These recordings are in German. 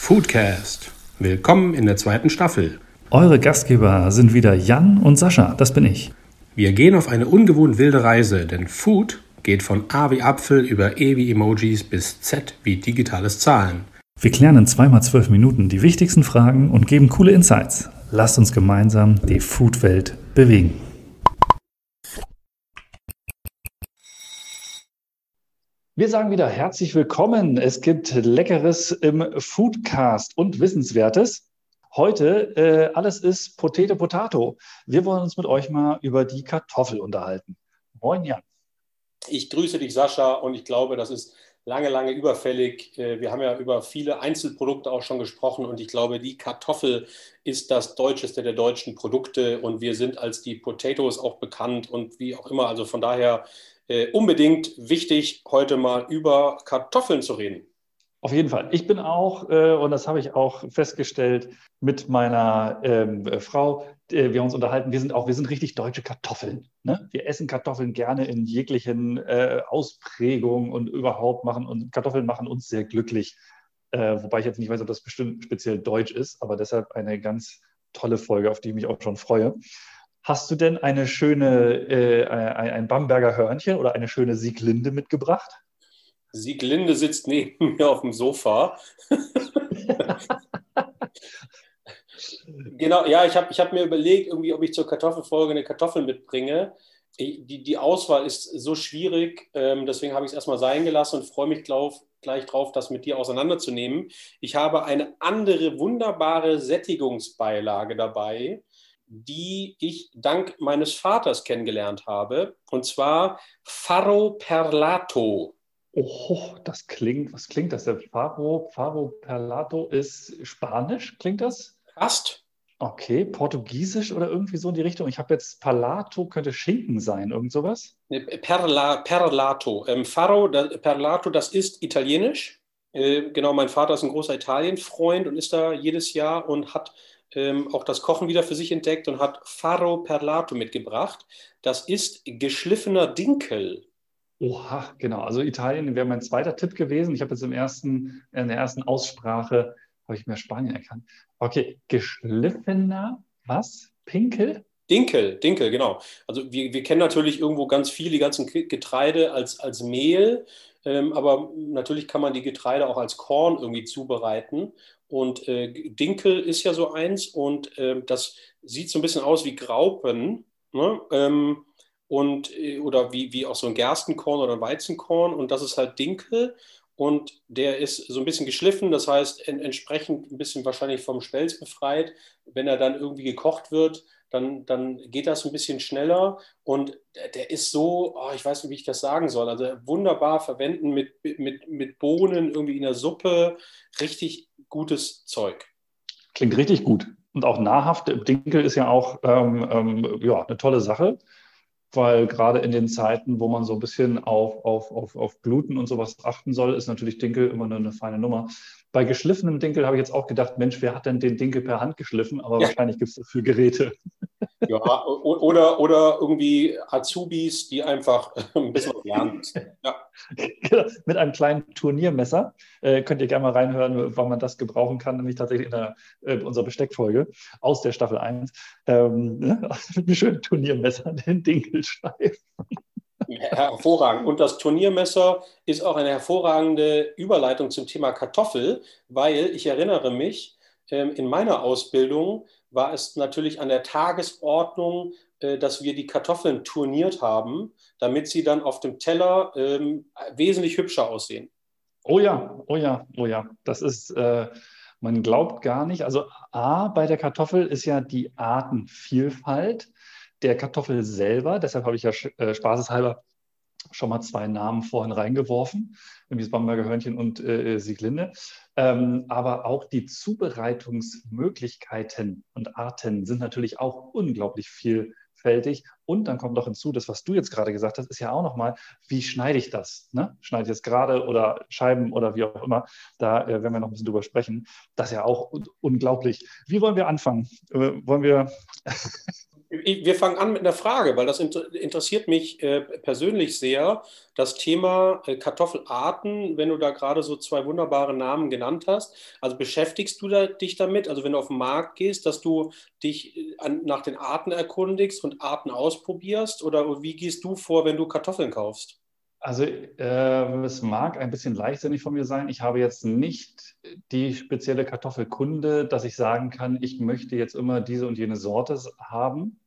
Foodcast. Willkommen in der zweiten Staffel. Eure Gastgeber sind wieder Jan und Sascha, das bin ich. Wir gehen auf eine ungewohnt wilde Reise, denn Food geht von A wie Apfel über E wie Emojis bis Z wie digitales Zahlen. Wir klären in 2x12 Minuten die wichtigsten Fragen und geben coole Insights. Lasst uns gemeinsam die Foodwelt bewegen. Wir sagen wieder herzlich willkommen. Es gibt Leckeres im Foodcast und Wissenswertes. Heute alles ist Potato Potato. Wir wollen uns mit euch mal über die Kartoffel unterhalten. Moin Jan. Ich grüße dich, Sascha, und ich glaube, das ist lange überfällig. Wir haben ja über viele Einzelprodukte auch schon gesprochen und ich glaube, die Kartoffel ist das deutscheste der deutschen Produkte und wir sind als die Potatoes auch bekannt und wie auch immer. Also von daher unbedingt wichtig, heute mal über Kartoffeln zu reden. Auf jeden Fall. Ich bin auch, und das habe ich auch festgestellt mit meiner Frau, wir haben uns unterhalten, wir sind richtig deutsche Kartoffeln. Ne? Wir essen Kartoffeln gerne in jeglichen Ausprägungen und überhaupt Kartoffeln machen uns sehr glücklich. Wobei ich jetzt nicht weiß, ob das bestimmt speziell deutsch ist, aber deshalb eine ganz tolle Folge, auf die ich mich auch schon freue. Hast du denn eine schöne, ein Bamberger Hörnchen oder eine schöne Sieglinde mitgebracht? Sieglinde sitzt neben mir auf dem Sofa. Genau, ja, ich hab mir überlegt, irgendwie, ob ich zur Kartoffelfolge eine Kartoffel mitbringe. Die Auswahl ist so schwierig, deswegen habe ich es erstmal sein gelassen und freue mich gleich drauf, das mit dir auseinanderzunehmen. Ich habe eine andere wunderbare Sättigungsbeilage dabei, die ich dank meines Vaters kennengelernt habe, und zwar Farro Perlato. Oh, was klingt das? Der Faro Perlato ist Spanisch, klingt das? Fast. Okay, Portugiesisch oder irgendwie so in die Richtung. Ich habe jetzt Parlato, könnte Schinken sein, irgend sowas? Perlato. Perlato, das ist italienisch. Genau, mein Vater ist ein großer Italien-Freund und ist da jedes Jahr und hat auch das Kochen wieder für sich entdeckt und hat Farro Perlato mitgebracht. Das ist geschliffener Dinkel. Oha, genau. Also Italien wäre mein zweiter Tipp gewesen. Ich habe jetzt in der ersten Aussprache, habe ich mehr Spanien erkannt. Okay, geschliffener, was? Pinkel? Dinkel, genau. Also wir kennen natürlich irgendwo ganz viel, die ganzen Getreide als Mehl, aber natürlich kann man die Getreide auch als Korn irgendwie zubereiten. Und Dinkel ist ja so eins und das sieht so ein bisschen aus wie Graupen, ne? Oder wie auch so ein Gerstenkorn oder ein Weizenkorn und das ist halt Dinkel. Und der ist so ein bisschen geschliffen, das heißt entsprechend ein bisschen wahrscheinlich vom Spelz befreit. Wenn er dann irgendwie gekocht wird, dann geht das ein bisschen schneller und der ist so, ich weiß nicht, wie ich das sagen soll, also wunderbar verwenden mit Bohnen irgendwie in der Suppe, richtig gutes Zeug. Klingt richtig gut und auch nahrhaft. Dinkel ist ja auch ja, eine tolle Sache, weil gerade in den Zeiten, wo man so ein bisschen auf Gluten und sowas achten soll, ist natürlich Dinkel immer eine feine Nummer. Bei geschliffenem Dinkel habe ich jetzt auch gedacht, Mensch, wer hat denn den Dinkel per Hand geschliffen? Aber Ja. wahrscheinlich gibt es dafür Geräte. Ja, oder irgendwie Azubis, die einfach ein bisschen was lernen müssen. Ja. Genau, mit einem kleinen Turniermesser. Könnt ihr gerne mal reinhören, wann man das gebrauchen kann, nämlich tatsächlich in unserer Besteckfolge aus der Staffel 1. Ne? Mit einem schönen Turniermesser den Dinkel schleifen. Hervorragend. Und das Turniermesser ist auch eine hervorragende Überleitung zum Thema Kartoffel, weil ich erinnere mich, in meiner Ausbildung war es natürlich an der Tagesordnung, dass wir die Kartoffeln turniert haben, damit sie dann auf dem Teller wesentlich hübscher aussehen. Oh ja, oh ja, oh ja. Das ist, man glaubt gar nicht. Also bei der Kartoffel ist ja die Artenvielfalt der Kartoffel selber. Deshalb habe ich ja spaßeshalber schon mal zwei Namen vorhin reingeworfen, nämlich das Bamberger Hörnchen und Sieglinde. Aber auch die Zubereitungsmöglichkeiten und Arten sind natürlich auch unglaublich vielfältig. Und dann kommt noch hinzu, das, was du jetzt gerade gesagt hast, ist ja auch nochmal, wie schneide ich das? Ne? Schneide ich es gerade oder Scheiben oder wie auch immer? Da werden wir noch ein bisschen drüber sprechen. Das ist ja auch unglaublich. Wie wollen wir anfangen? Wollen wir Wir fangen an mit einer Frage, weil das interessiert mich persönlich sehr. Das Thema Kartoffelarten, wenn du da gerade so zwei wunderbare Namen genannt hast. Also beschäftigst du dich damit, also wenn du auf den Markt gehst, dass du dich nach den Arten erkundigst und Arten ausprobierst? Oder wie gehst du vor, wenn du Kartoffeln kaufst? Also es mag ein bisschen leichtsinnig von mir sein. Ich habe jetzt nicht die spezielle Kartoffelkunde, dass ich sagen kann, ich möchte jetzt immer diese und jene Sorte haben,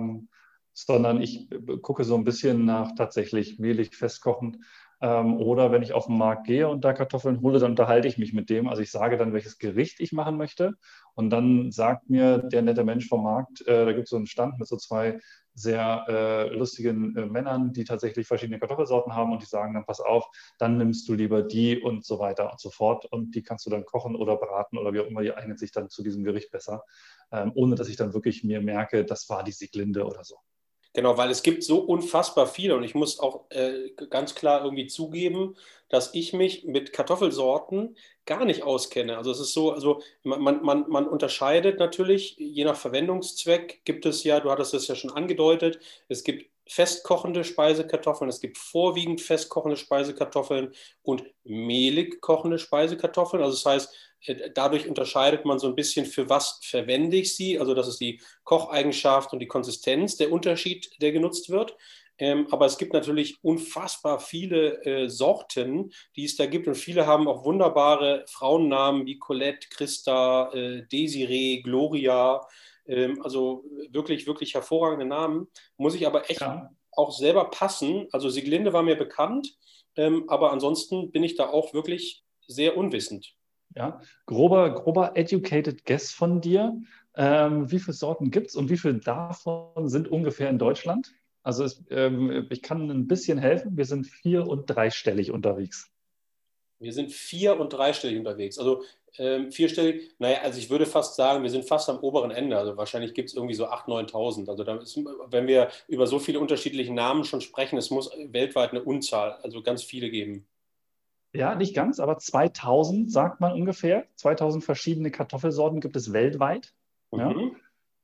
sondern ich gucke so ein bisschen nach tatsächlich mehlig festkochend. Oder wenn ich auf den Markt gehe und da Kartoffeln hole, dann unterhalte ich mich mit dem. Also ich sage dann, welches Gericht ich machen möchte. Und dann sagt mir der nette Mensch vom Markt, da gibt es so einen Stand mit so zwei sehr lustigen Männern, die tatsächlich verschiedene Kartoffelsorten haben und die sagen dann, pass auf, dann nimmst du lieber die und so weiter und so fort und die kannst du dann kochen oder braten oder wie auch immer, die eignet sich dann zu diesem Gericht besser, ohne dass ich dann wirklich mir merke, das war die Sieglinde oder so. Genau, weil es gibt so unfassbar viele und ich muss auch ganz klar irgendwie zugeben, dass ich mich mit Kartoffelsorten gar nicht auskenne. Also es ist so, also man unterscheidet natürlich, je nach Verwendungszweck gibt es ja, du hattest es ja schon angedeutet, es gibt festkochende Speisekartoffeln, es gibt vorwiegend festkochende Speisekartoffeln und mehlig kochende Speisekartoffeln. Also das heißt, dadurch unterscheidet man so ein bisschen, für was verwende ich sie. Also das ist die Kocheigenschaft und die Konsistenz, der Unterschied, der genutzt wird. Aber es gibt natürlich unfassbar viele Sorten, die es da gibt. Und viele haben auch wunderbare Frauennamen wie Colette, Christa, Desiree, Gloria. Also wirklich, wirklich hervorragende Namen. Muss ich aber echt Ja. auch selber passen. Also Sieglinde war mir bekannt, aber ansonsten bin ich da auch wirklich sehr unwissend. Ja, grober educated guess von dir. Wie viele Sorten gibt es und wie viele davon sind ungefähr in Deutschland? Also ich kann ein bisschen helfen. Wir sind vier- und dreistellig unterwegs. Wir sind vier- und dreistellig unterwegs. Also vierstellig, naja, also ich würde fast sagen, wir sind fast am oberen Ende. Also wahrscheinlich gibt es irgendwie so 8.000, 9.000. Also da ist, wenn wir über so viele unterschiedliche Namen schon sprechen, es muss weltweit eine Unzahl, also ganz viele geben. Ja, nicht ganz, aber 2000 sagt man ungefähr. 2000 verschiedene Kartoffelsorten gibt es weltweit. Ja. Mhm.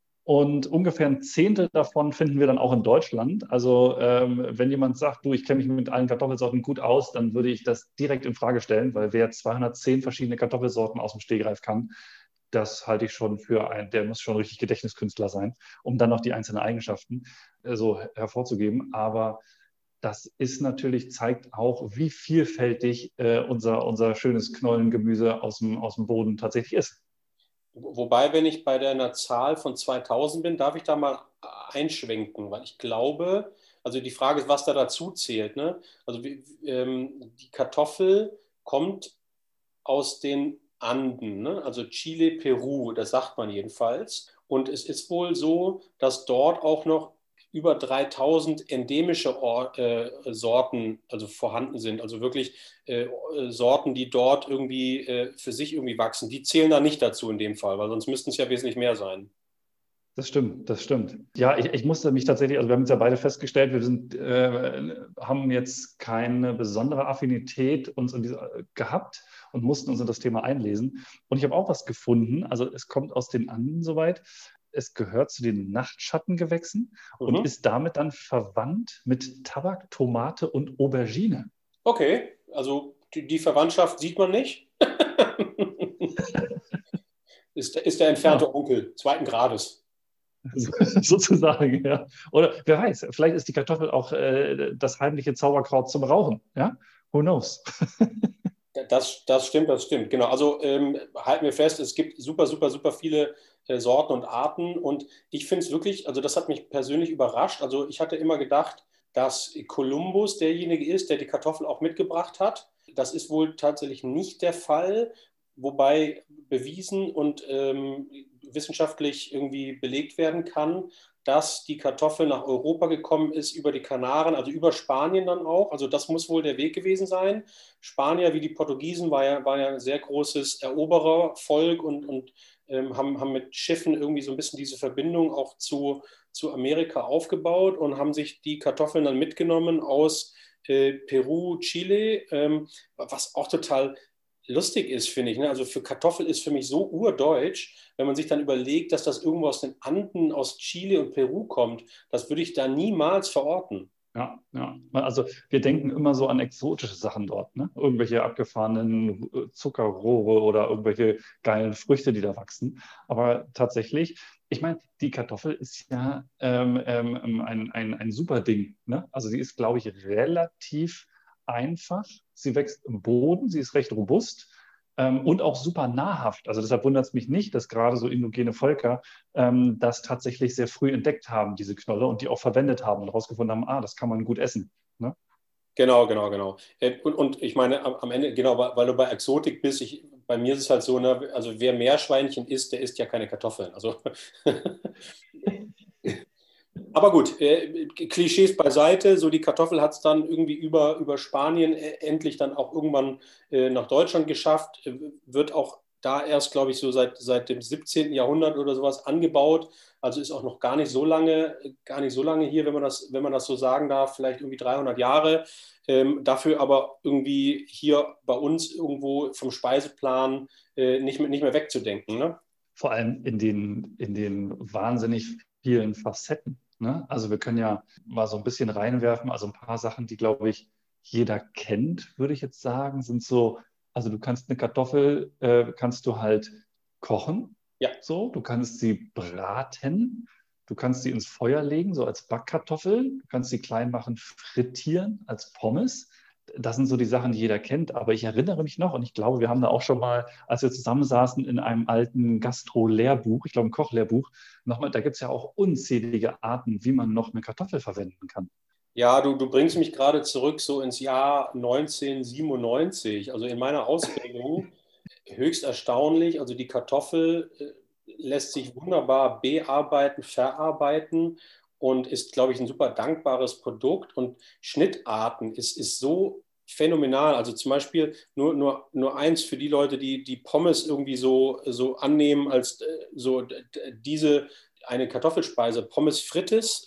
Und ungefähr ein Zehntel davon finden wir dann auch in Deutschland. Also wenn jemand sagt, du, ich kenne mich mit allen Kartoffelsorten gut aus, dann würde ich das direkt in Frage stellen, weil wer 210 verschiedene Kartoffelsorten aus dem Stegreif kann, das halte ich schon für der muss schon richtig Gedächtniskünstler sein, um dann noch die einzelnen Eigenschaften so hervorzugeben. Aber das ist natürlich, zeigt auch, wie vielfältig unser schönes Knollengemüse aus dem Boden tatsächlich ist. Wobei, wenn ich bei einer Zahl von 2000 bin, darf ich da mal einschwenken, weil ich glaube, also die Frage ist, was da dazu zählt. Ne? Also die Kartoffel kommt aus den Anden, ne? Also Chile, Peru, das sagt man jedenfalls. Und es ist wohl so, dass dort auch noch über 3000 endemische Sorten also vorhanden sind. Also wirklich Sorten, die dort irgendwie für sich irgendwie wachsen. Die zählen da nicht dazu in dem Fall, weil sonst müssten es ja wesentlich mehr sein. Das stimmt, das stimmt. Ja, ich musste mich tatsächlich, also wir haben es ja beide festgestellt, haben jetzt keine besondere Affinität gehabt und mussten uns in das Thema einlesen. Und ich habe auch was gefunden, also es kommt aus den Anden soweit. Es gehört zu den Nachtschattengewächsen und Mhm. ist damit dann verwandt mit Tabak, Tomate und Aubergine. Okay, also die Verwandtschaft sieht man nicht. Ist der entfernte Genau. Onkel zweiten Grades. Sozusagen, ja. Oder wer weiß, vielleicht ist die Kartoffel auch das heimliche Zauberkraut zum Rauchen. Ja? Who knows? Das stimmt, das stimmt. Genau. Also halten wir fest, es gibt super, super, super viele Sorten und Arten. Und ich finde es wirklich, also das hat mich persönlich überrascht. Also ich hatte immer gedacht, dass Kolumbus derjenige ist, der die Kartoffel auch mitgebracht hat. Das ist wohl tatsächlich nicht der Fall, wobei bewiesen und wissenschaftlich irgendwie belegt werden kann, dass die Kartoffel nach Europa gekommen ist über die Kanaren, also über Spanien dann auch. Also das muss wohl der Weg gewesen sein. Spanier wie die Portugiesen waren ja ein sehr großes Eroberervolk und haben mit Schiffen irgendwie so ein bisschen diese Verbindung auch zu Amerika aufgebaut und haben sich die Kartoffeln dann mitgenommen aus Peru, Chile, was auch total lustig ist, finde ich. Ne? Also für Kartoffel ist für mich so urdeutsch, wenn man sich dann überlegt, dass das irgendwo aus den Anden, aus Chile und Peru kommt. Das würde ich da niemals verorten. Ja, ja. Also wir denken immer so an exotische Sachen dort, ne? Irgendwelche abgefahrenen Zuckerrohre oder irgendwelche geilen Früchte, die da wachsen. Aber tatsächlich, ich meine, die Kartoffel ist ja ein super Ding, ne? Also sie ist, glaube ich, relativ einfach. Sie wächst im Boden, sie ist recht robust. Und auch super nahrhaft. Also deshalb wundert es mich nicht, dass gerade so indogene Völker das tatsächlich sehr früh entdeckt haben, diese Knolle, und die auch verwendet haben und herausgefunden haben, das kann man gut essen. Ne? Genau, genau, genau. Und ich meine, am Ende, genau, weil du bei Exotik bist, bei mir ist es halt so, ne, also wer Meerschweinchen isst, der isst ja keine Kartoffeln. Also aber gut, Klischees beiseite. So die Kartoffel hat es dann irgendwie über Spanien endlich dann auch irgendwann nach Deutschland geschafft. Wird auch da erst, glaube ich, so seit dem 17. Jahrhundert oder sowas angebaut. Also ist auch noch gar nicht so lange hier, wenn man das so sagen darf, vielleicht irgendwie 300 Jahre. Dafür aber irgendwie hier bei uns irgendwo vom Speiseplan nicht mehr wegzudenken. Ne? Vor allem in den wahnsinnig vielen Facetten. Ne? Also wir können ja mal so ein bisschen reinwerfen, also ein paar Sachen, die, glaube ich, jeder kennt, würde ich jetzt sagen, sind so, also du kannst eine Kartoffel, kannst du halt kochen, Ja. so, du kannst sie braten, du kannst sie ins Feuer legen, so als Backkartoffel, du kannst sie klein machen, frittieren als Pommes. Das sind so die Sachen, die jeder kennt. Aber ich erinnere mich noch, und ich glaube, wir haben da auch schon mal, als wir zusammensaßen in einem alten Gastro-Lehrbuch, ich glaube ein Kochlehrbuch, nochmal, da gibt es ja auch unzählige Arten, wie man noch eine Kartoffel verwenden kann. Ja, du bringst mich gerade zurück so ins Jahr 1997. Also in meiner Ausbildung höchst erstaunlich. Also die Kartoffel lässt sich wunderbar bearbeiten, verarbeiten und ist, glaube ich, ein super dankbares Produkt. Und Schnittarten ist so phänomenal. Also zum Beispiel nur eins für die Leute, die Pommes irgendwie so annehmen als diese eine Kartoffelspeise, Pommes frites.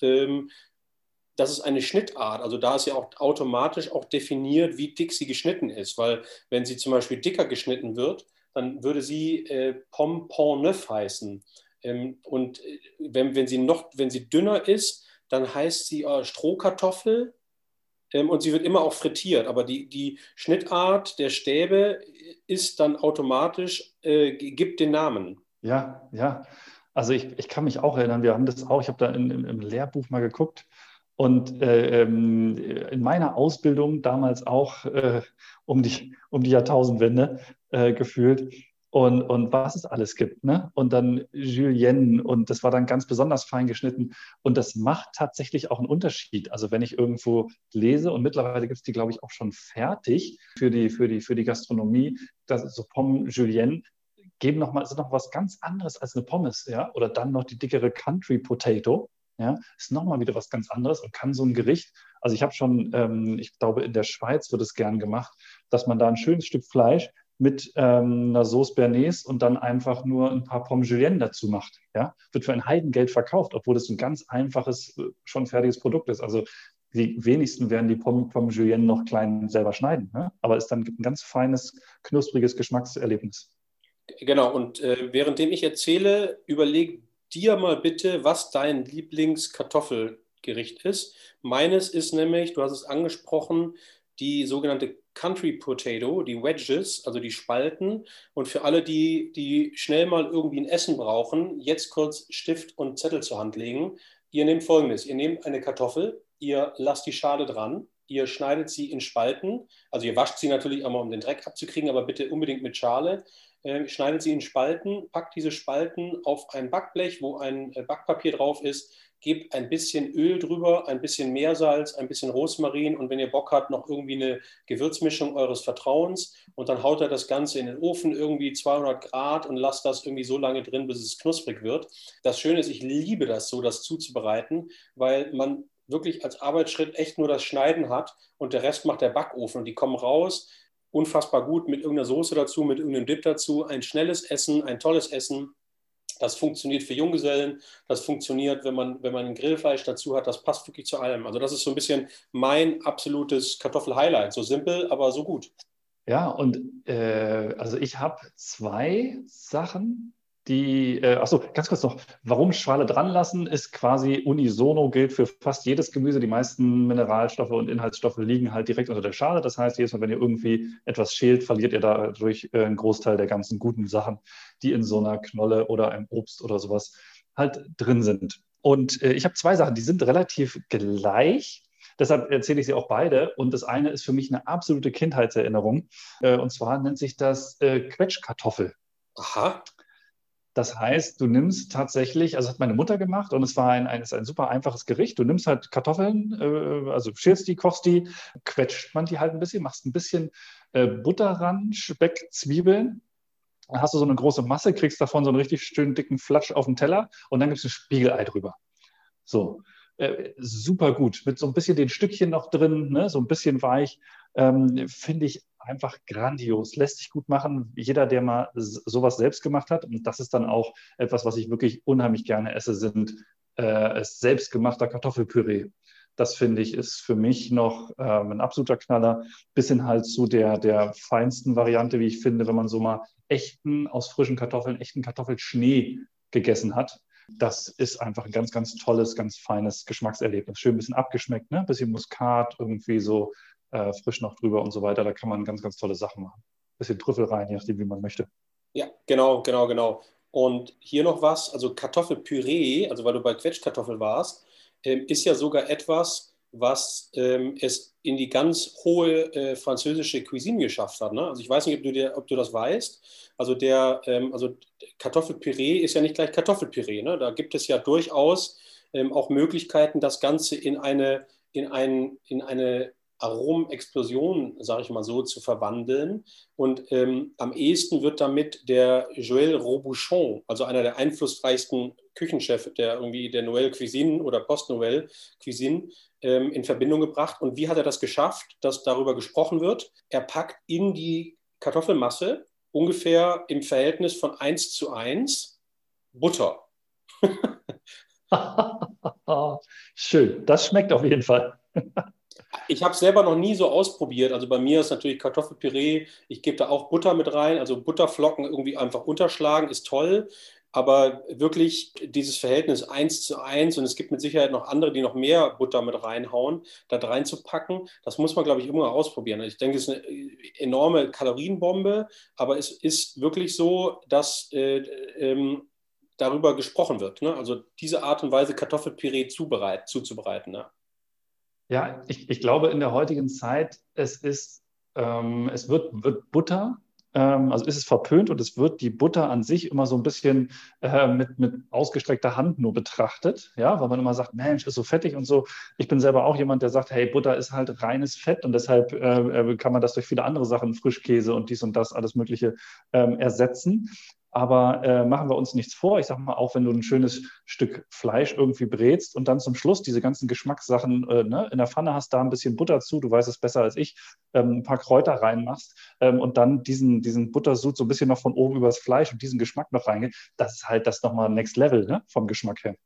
Das ist eine Schnittart. Also da ist ja auch automatisch auch definiert, wie dick sie geschnitten ist. Weil wenn sie zum Beispiel dicker geschnitten wird, dann würde sie Pomme Pont Neuf heißen. Und wenn sie dünner ist, dann heißt sie Strohkartoffel und sie wird immer auch frittiert. Aber die Schnittart der Stäbe ist dann automatisch, gibt den Namen. Ja, ja. Also ich kann mich auch erinnern, wir haben das auch, ich habe da im Lehrbuch mal geguckt und in meiner Ausbildung damals auch um die Jahrtausendwende gefühlt und was es alles gibt, ne? Und dann Julienne und das war dann ganz besonders fein geschnitten und das macht tatsächlich auch einen Unterschied. Also wenn ich irgendwo lese und mittlerweile gibt es die, glaube ich, auch schon fertig für die Gastronomie, das ist so Pommes Julienne, sind noch was ganz anderes als eine Pommes, ja, oder dann noch die dickere Country Potato, ja, ist nochmal wieder was ganz anderes und kann so ein Gericht, also ich habe schon, ich glaube, in der Schweiz wird es gern gemacht, dass man da ein schönes Stück Fleisch mit einer Sauce Bernaise und dann einfach nur ein paar Pommes Julienne dazu macht, ja, wird für ein Heidengeld verkauft, obwohl das ein ganz einfaches, schon fertiges Produkt ist, also die wenigsten werden die Pommes Julienne noch klein selber schneiden, ne? Aber es dann gibt ein ganz feines, knuspriges Geschmackserlebnis. Genau, und währenddem ich erzähle, überleg dir mal bitte, was dein Lieblingskartoffelgericht ist. Meines ist nämlich, du hast es angesprochen, die sogenannte Country Potato, die Wedges, also die Spalten. Und für alle, die schnell mal irgendwie ein Essen brauchen, jetzt kurz Stift und Zettel zur Hand legen. Ihr nehmt Folgendes, ihr nehmt eine Kartoffel, ihr lasst die Schale dran, ihr schneidet sie in Spalten. Also ihr wascht sie natürlich auch mal, um den Dreck abzukriegen, aber bitte unbedingt mit Schale. Schneidet sie in Spalten, packt diese Spalten auf ein Backblech, wo ein Backpapier drauf ist, gebt ein bisschen Öl drüber, ein bisschen Meersalz, ein bisschen Rosmarin und wenn ihr Bock habt, noch irgendwie eine Gewürzmischung eures Vertrauens und dann haut er das Ganze in den Ofen, irgendwie 200 Grad und lasst das irgendwie so lange drin, bis es knusprig wird. Das Schöne ist, ich liebe das so, das zuzubereiten, weil man wirklich als Arbeitsschritt echt nur das Schneiden hat und der Rest macht der Backofen und die kommen raus, unfassbar gut mit irgendeiner Soße dazu, mit irgendeinem Dip dazu. Ein schnelles Essen, ein tolles Essen. Das funktioniert für Junggesellen. Das funktioniert, wenn man ein Grillfleisch dazu hat. Das passt wirklich zu allem. Also das ist so ein bisschen mein absolutes Kartoffel-Highlight. So simpel, aber so gut. Ja, und also ich habe zwei Sachen, die, achso, ganz kurz noch, warum Schale dran lassen, ist quasi unisono, gilt für fast jedes Gemüse. Die meisten Mineralstoffe und Inhaltsstoffe liegen halt direkt unter der Schale. Das heißt, jedes Mal, wenn ihr irgendwie etwas schält, verliert ihr dadurch einen Großteil der ganzen guten Sachen, die in so einer Knolle oder einem Obst oder sowas halt drin sind. Und ich habe zwei Sachen, die sind relativ gleich. Deshalb erzähle ich sie auch beide. Und das eine ist für mich eine absolute Kindheitserinnerung. Und zwar nennt sich das Quetschkartoffel. Aha. Das heißt, du nimmst tatsächlich, also hat meine Mutter gemacht und es war ist ein super einfaches Gericht. Du nimmst halt Kartoffeln, also schälst die, kochst die, quetscht man die halt ein bisschen, machst ein bisschen Butter ran, Speck, Zwiebeln. Dann hast du so eine große Masse, kriegst davon so einen richtig schönen dicken Flatsch auf den Teller und dann gibst du ein Spiegelei drüber. So, super gut. Mit so ein bisschen den Stückchen noch drin, ne? So ein bisschen weich. Finde ich einfach grandios. Lässt sich gut machen. Jeder, der mal sowas selbst gemacht hat, und das ist dann auch etwas, was ich wirklich unheimlich gerne esse, sind selbstgemachter Kartoffelpüree. Das finde ich ist für mich noch ein absoluter Knaller. Bis hin halt zu der feinsten Variante, wie ich finde, wenn man so mal aus frischen Kartoffeln, echten Kartoffelschnee gegessen hat. Das ist einfach ein ganz, ganz tolles, ganz feines Geschmackserlebnis. Schön ein bisschen abgeschmeckt, ne? Ein bisschen Muskat, irgendwie so frisch noch drüber und so weiter. Da kann man ganz, ganz tolle Sachen machen. Ein bisschen Trüffel rein, je nachdem, wie man möchte. Ja, genau, genau, genau. Und hier noch was, also Kartoffelpüree, also weil du bei Quetschkartoffel warst, ist ja sogar etwas, was es in die ganz hohe französische Cuisine geschafft hat. Ne? Also ich weiß nicht, ob du das weißt. Also Kartoffelpüree ist ja nicht gleich Kartoffelpüree. Ne? Da gibt es ja durchaus auch Möglichkeiten, das Ganze in eine Aromexplosion, sage ich mal so, zu verwandeln. Und am ehesten wird damit der Joël Robuchon, also einer der einflussreichsten Küchenchefs der irgendwie der Nouvelle Cuisine oder Post-Nouvelle Cuisine, in Verbindung gebracht. Und wie hat er das geschafft, dass darüber gesprochen wird? Er packt in die Kartoffelmasse ungefähr im Verhältnis von 1:1 Butter. Schön, das schmeckt auf jeden Fall. Ich habe es selber noch nie so ausprobiert. Also bei mir ist natürlich Kartoffelpüree. Ich gebe da auch Butter mit rein. Also Butterflocken irgendwie einfach unterschlagen ist toll. Aber wirklich dieses Verhältnis 1:1 und es gibt mit Sicherheit noch andere, die noch mehr Butter mit reinhauen, da reinzupacken, das muss man, glaube ich, immer ausprobieren. Ich denke, es ist eine enorme Kalorienbombe, aber es ist wirklich so, dass darüber gesprochen wird. Ne? Also diese Art und Weise Kartoffelpüree zuzubereiten. Ne? Ja, ich glaube in der heutigen Zeit, es wird Butter, also ist es verpönt und es wird die Butter an sich immer so ein bisschen mit ausgestreckter Hand nur betrachtet, ja, weil man immer sagt, Mensch, ist so fettig und so. Ich bin selber auch jemand, der sagt, hey, Butter ist halt reines Fett und deshalb kann man das durch viele andere Sachen, Frischkäse und dies und das, alles Mögliche ersetzen. Aber machen wir uns nichts vor. Ich sag mal, auch wenn du ein schönes Stück Fleisch irgendwie brätst und dann zum Schluss diese ganzen Geschmackssachen ne, in der Pfanne hast, da ein bisschen Butter zu, du weißt es besser als ich, ein paar Kräuter reinmachst und dann diesen Buttersud so ein bisschen noch von oben übers Fleisch und diesen Geschmack noch reingeht, das ist halt das nochmal Next Level, ne, vom Geschmack her.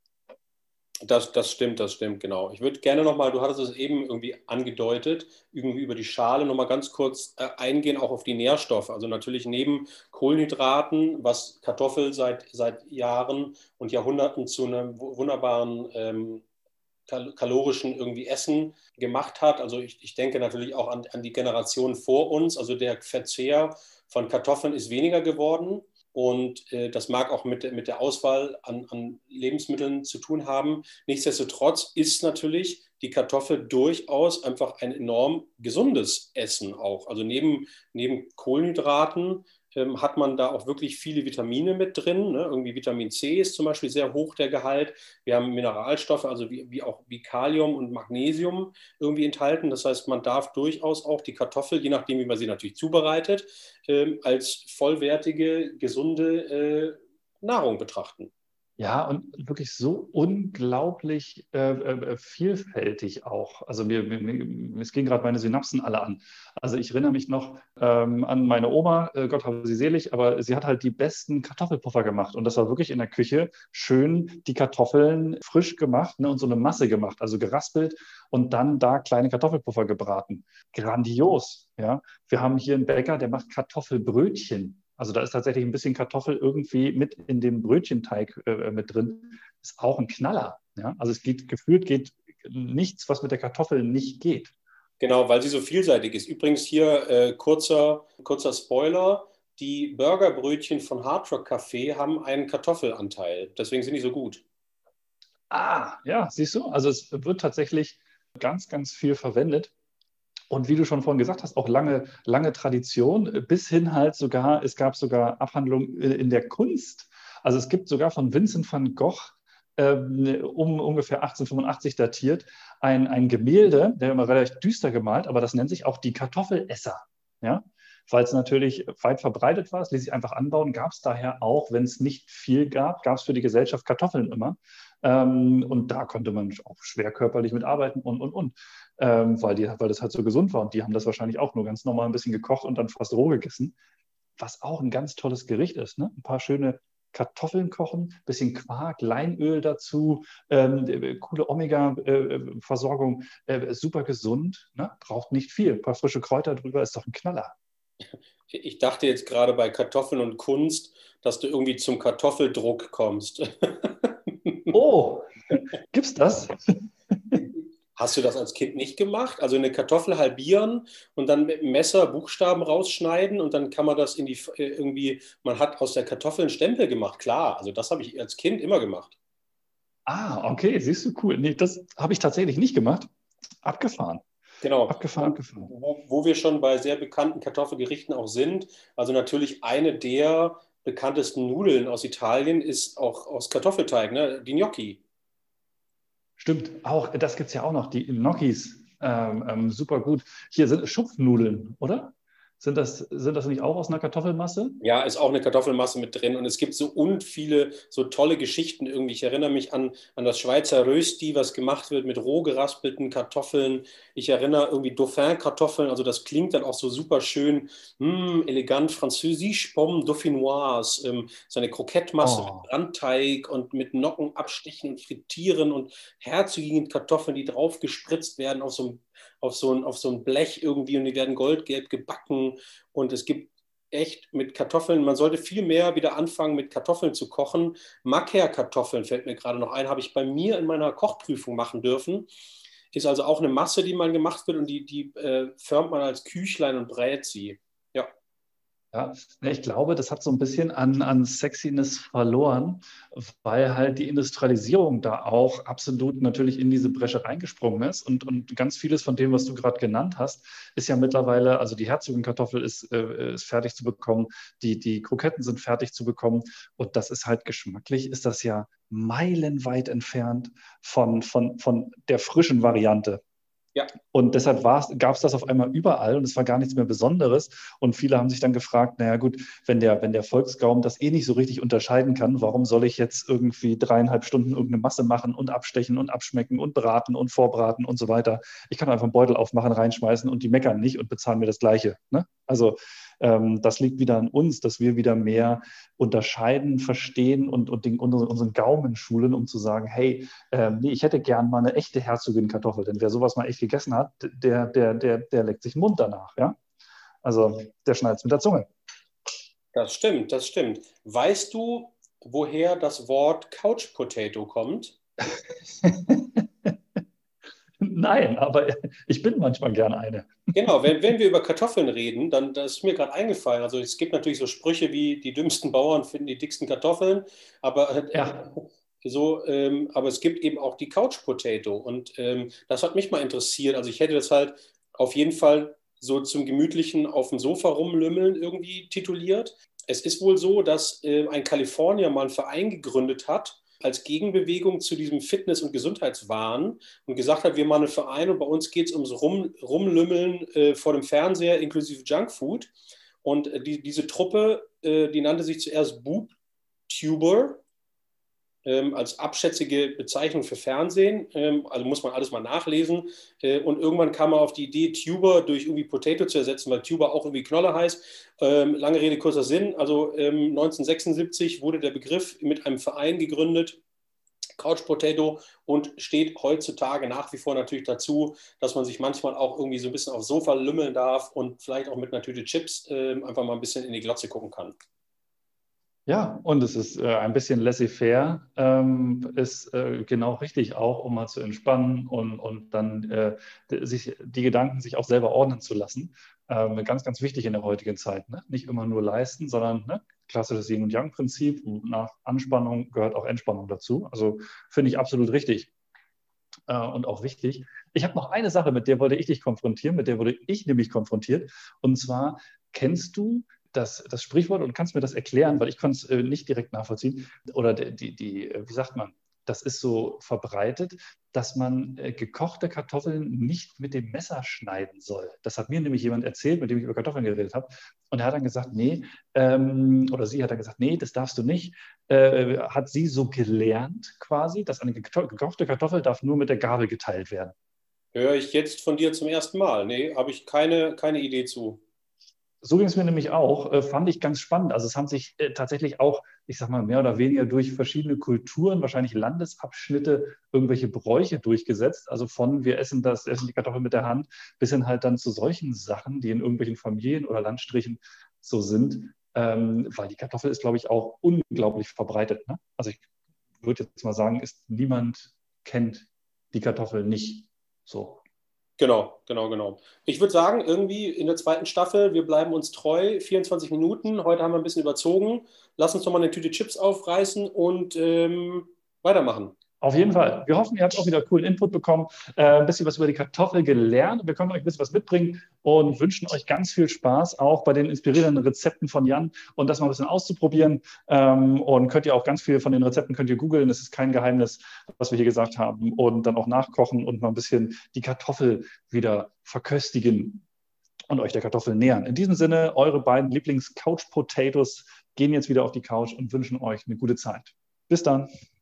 Das stimmt, genau. Ich würde gerne nochmal, du hattest es eben irgendwie angedeutet, irgendwie über die Schale nochmal ganz kurz eingehen, auch auf die Nährstoffe. Also natürlich neben Kohlenhydraten, was Kartoffel seit Jahren und Jahrhunderten zu einem wunderbaren kalorischen irgendwie Essen gemacht hat. Also ich denke natürlich auch an die Generation vor uns. Also der Verzehr von Kartoffeln ist weniger geworden. Und das mag auch mit der Auswahl an Lebensmitteln zu tun haben. Nichtsdestotrotz ist natürlich die Kartoffel durchaus einfach ein enorm gesundes Essen auch. Also neben Kohlenhydraten hat man da auch wirklich viele Vitamine mit drin. Ne? Irgendwie Vitamin C ist zum Beispiel sehr hoch der Gehalt. Wir haben Mineralstoffe, also wie Kalium und Magnesium irgendwie enthalten. Das heißt, man darf durchaus auch die Kartoffel, je nachdem, wie man sie natürlich zubereitet, als vollwertige, gesunde Nahrung betrachten. Ja, und wirklich so unglaublich vielfältig auch. Also es gehen gerade meine Synapsen alle an. Also ich erinnere mich noch an meine Oma, Gott habe sie selig, aber sie hat halt die besten Kartoffelpuffer gemacht. Und das war wirklich in der Küche schön die Kartoffeln frisch gemacht, ne, und so eine Masse gemacht, also geraspelt und dann da kleine Kartoffelpuffer gebraten. Grandios, ja. Wir haben hier einen Bäcker, der macht Kartoffelbrötchen. Also da ist tatsächlich ein bisschen Kartoffel irgendwie mit in dem Brötchenteig mit drin. Ist auch ein Knaller. Ja? Also gefühlt geht nichts, was mit der Kartoffel nicht geht. Genau, weil sie so vielseitig ist. Übrigens hier kurzer Spoiler. Die Burgerbrötchen von Hard Rock Café haben einen Kartoffelanteil. Deswegen sind die so gut. Ah, ja, siehst du? Also es wird tatsächlich ganz, ganz viel verwendet. Und wie du schon vorhin gesagt hast, auch lange, lange Tradition, bis hin halt sogar, es gab sogar Abhandlungen in der Kunst. Also es gibt sogar von Vincent van Gogh um ungefähr 1885 datiert, ein Gemälde, der immer relativ düster gemalt, aber das nennt sich auch die Kartoffelesser. Ja? Weil es natürlich weit verbreitet war, es ließ sich einfach anbauen, gab es daher auch, wenn es nicht viel gab, gab es für die Gesellschaft Kartoffeln immer. Und da konnte man auch schwer körperlich mitarbeiten und. Weil das halt so gesund war. Und die haben das wahrscheinlich auch nur ganz normal ein bisschen gekocht und dann fast roh gegessen. Was auch ein ganz tolles Gericht ist. Ne? Ein paar schöne Kartoffeln kochen, bisschen Quark, Leinöl dazu, coole Omega-Versorgung, super gesund, ne? Braucht nicht viel. Ein paar frische Kräuter drüber, ist doch ein Knaller. Ich dachte jetzt gerade bei Kartoffeln und Kunst, dass du irgendwie zum Kartoffeldruck kommst. Oh, gibt's das? Hast du das als Kind nicht gemacht? Also eine Kartoffel halbieren und dann mit dem Messer Buchstaben rausschneiden und dann kann man das in die irgendwie, man hat aus der Kartoffel einen Stempel gemacht, klar. Also das habe ich als Kind immer gemacht. Ah, okay, siehst du, cool. Nee, das habe ich tatsächlich nicht gemacht. Abgefahren. Genau. Abgefahren, Und abgefahren. wo wir schon bei sehr bekannten Kartoffelgerichten auch sind, also natürlich eine der bekanntesten Nudeln aus Italien ist auch aus Kartoffelteig, ne? Die Gnocchi. Stimmt, auch, das gibt es ja auch noch, die Gnocchis, super gut. Hier sind Schupfnudeln, oder? Sind das nicht auch aus einer Kartoffelmasse? Ja, ist auch eine Kartoffelmasse mit drin und es gibt so viele so tolle Geschichten irgendwie. Ich erinnere mich an das Schweizer Rösti, was gemacht wird mit roh geraspelten Kartoffeln. Ich erinnere irgendwie Dauphin-Kartoffeln, also das klingt dann auch so super schön, elegant, französisch, Pomme dauphinoise, so eine Krokettmasse mit Oh, Brandteig und mit Nocken abstechen und frittieren und herzoglichen Kartoffeln, die drauf gespritzt werden auf so ein Blech irgendwie und die werden goldgelb gebacken. Und es gibt echt mit Kartoffeln, man sollte viel mehr wieder anfangen, mit Kartoffeln zu kochen. Macker-Kartoffeln fällt mir gerade noch ein, habe ich bei mir in meiner Kochprüfung machen dürfen. Ist also auch eine Masse, die man gemacht wird und die förmt man als Küchlein und brät sie. Ja, ja. Ja, ich glaube, das hat so ein bisschen an Sexiness verloren, weil halt die Industrialisierung da auch absolut natürlich in diese Bresche reingesprungen ist. Und ganz vieles von dem, was du gerade genannt hast, ist ja mittlerweile, also die Herzogin-Kartoffel ist fertig zu bekommen, die Kroketten sind fertig zu bekommen. Und das ist halt geschmacklich, ist das ja meilenweit entfernt von der frischen Variante. ja, Und deshalb gab es das auf einmal überall und es war gar nichts mehr Besonderes. Und viele haben sich dann gefragt, naja gut, wenn der Volksgaum das eh nicht so richtig unterscheiden kann, warum soll ich jetzt irgendwie 3,5 Stunden irgendeine Masse machen und abstechen und abschmecken und braten und vorbraten und so weiter. Ich kann einfach einen Beutel aufmachen, reinschmeißen und die meckern nicht und bezahlen mir das Gleiche. Ne? Also das liegt wieder an uns, dass wir wieder mehr unterscheiden, verstehen und unseren Gaumen schulen, um zu sagen, hey, nee, ich hätte gern mal eine echte Herzogin-Kartoffel, denn wer sowas mal echt gegessen hat, der leckt sich den Mund danach, ja? Also der schneidet es mit der Zunge. das stimmt, das stimmt. Weißt du, woher das Wort Couch Potato kommt? Nein, aber ich bin manchmal gern eine. Genau, wenn wir über Kartoffeln reden, dann das ist mir gerade eingefallen. Also es gibt natürlich so Sprüche wie die dümmsten Bauern finden die dicksten Kartoffeln, aber Ja, aber es gibt eben auch die Couch Potato und das hat mich mal interessiert. Also ich hätte das halt auf jeden Fall so zum gemütlichen auf dem Sofa rumlümmeln irgendwie tituliert. Es ist wohl so, dass ein Kalifornier mal einen Verein gegründet hat als Gegenbewegung zu diesem Fitness- und Gesundheitswahn und gesagt hat, wir machen einen Verein und bei uns geht es ums Rumlümmeln vor dem Fernseher inklusive Junkfood. Und diese Truppe, die nannte sich zuerst Boob Tuber. als abschätzige Bezeichnung für Fernsehen. Also muss man alles mal nachlesen. Und irgendwann kam man auf die Idee, Tuber durch irgendwie Potato zu ersetzen, weil Tuber auch irgendwie Knolle heißt. Lange Rede, kurzer Sinn. Also 1976 wurde der Begriff mit einem Verein gegründet, Couch Potato, und steht heutzutage nach wie vor natürlich dazu, dass man sich manchmal auch irgendwie so ein bisschen aufs Sofa lümmeln darf und vielleicht auch mit einer Tüte Chips einfach mal ein bisschen in die Glotze gucken kann. Ja, und es ist ein bisschen laissez-faire, ist genau richtig auch, um mal zu entspannen und dann die Gedanken sich auch selber ordnen zu lassen. Ganz, ganz wichtig in der heutigen Zeit. Ne? Nicht immer nur leisten, sondern ne? Klassisches Yin- und Yang-Prinzip. Nach Anspannung gehört auch Entspannung dazu. Also finde ich absolut richtig und auch wichtig. Ich habe noch eine Sache, mit der wollte ich dich konfrontieren, mit der wurde ich nämlich konfrontiert. Und zwar, kennst du das Sprichwort und kannst mir das erklären, weil ich konnte es nicht direkt nachvollziehen. Oder wie sagt man, das ist so verbreitet, dass man gekochte Kartoffeln nicht mit dem Messer schneiden soll. Das hat mir nämlich jemand erzählt, mit dem ich über Kartoffeln geredet habe. Und er hat dann gesagt, nee, oder sie hat dann gesagt, nee, das darfst du nicht. Hat sie so gelernt quasi, dass eine gekochte Kartoffel darf nur mit der Gabel geteilt werden. Höre ich jetzt von dir zum ersten Mal. Nee, habe ich keine Idee zu. So ging es mir nämlich auch, fand ich ganz spannend. Also es haben sich tatsächlich auch, ich sag mal, mehr oder weniger durch verschiedene Kulturen, wahrscheinlich Landesabschnitte, irgendwelche Bräuche durchgesetzt. Also von wir essen die Kartoffel mit der Hand, bis hin halt dann zu solchen Sachen, die in irgendwelchen Familien oder Landstrichen so sind. Weil die Kartoffel ist, glaube ich, auch unglaublich verbreitet. Ne? Also ich würde jetzt mal sagen, niemand kennt die Kartoffel nicht so. Genau. Ich würde sagen, irgendwie in der zweiten Staffel, wir bleiben uns treu, 24 Minuten. Heute haben wir ein bisschen überzogen. Lass uns noch mal eine Tüte Chips aufreißen und weitermachen. Auf jeden Fall. Wir hoffen, ihr habt auch wieder coolen Input bekommen, ein bisschen was über die Kartoffel gelernt. Wir können euch ein bisschen was mitbringen und wünschen euch ganz viel Spaß, auch bei den inspirierenden Rezepten von Jan und das mal ein bisschen auszuprobieren. Und könnt ihr auch ganz viel von den Rezepten könnt ihr googeln. Es ist kein Geheimnis, was wir hier gesagt haben. Und dann auch nachkochen und mal ein bisschen die Kartoffel wieder verköstigen und euch der Kartoffel nähern. In diesem Sinne, eure beiden Lieblings-Couch-Potatoes gehen jetzt wieder auf die Couch und wünschen euch eine gute Zeit. Bis dann.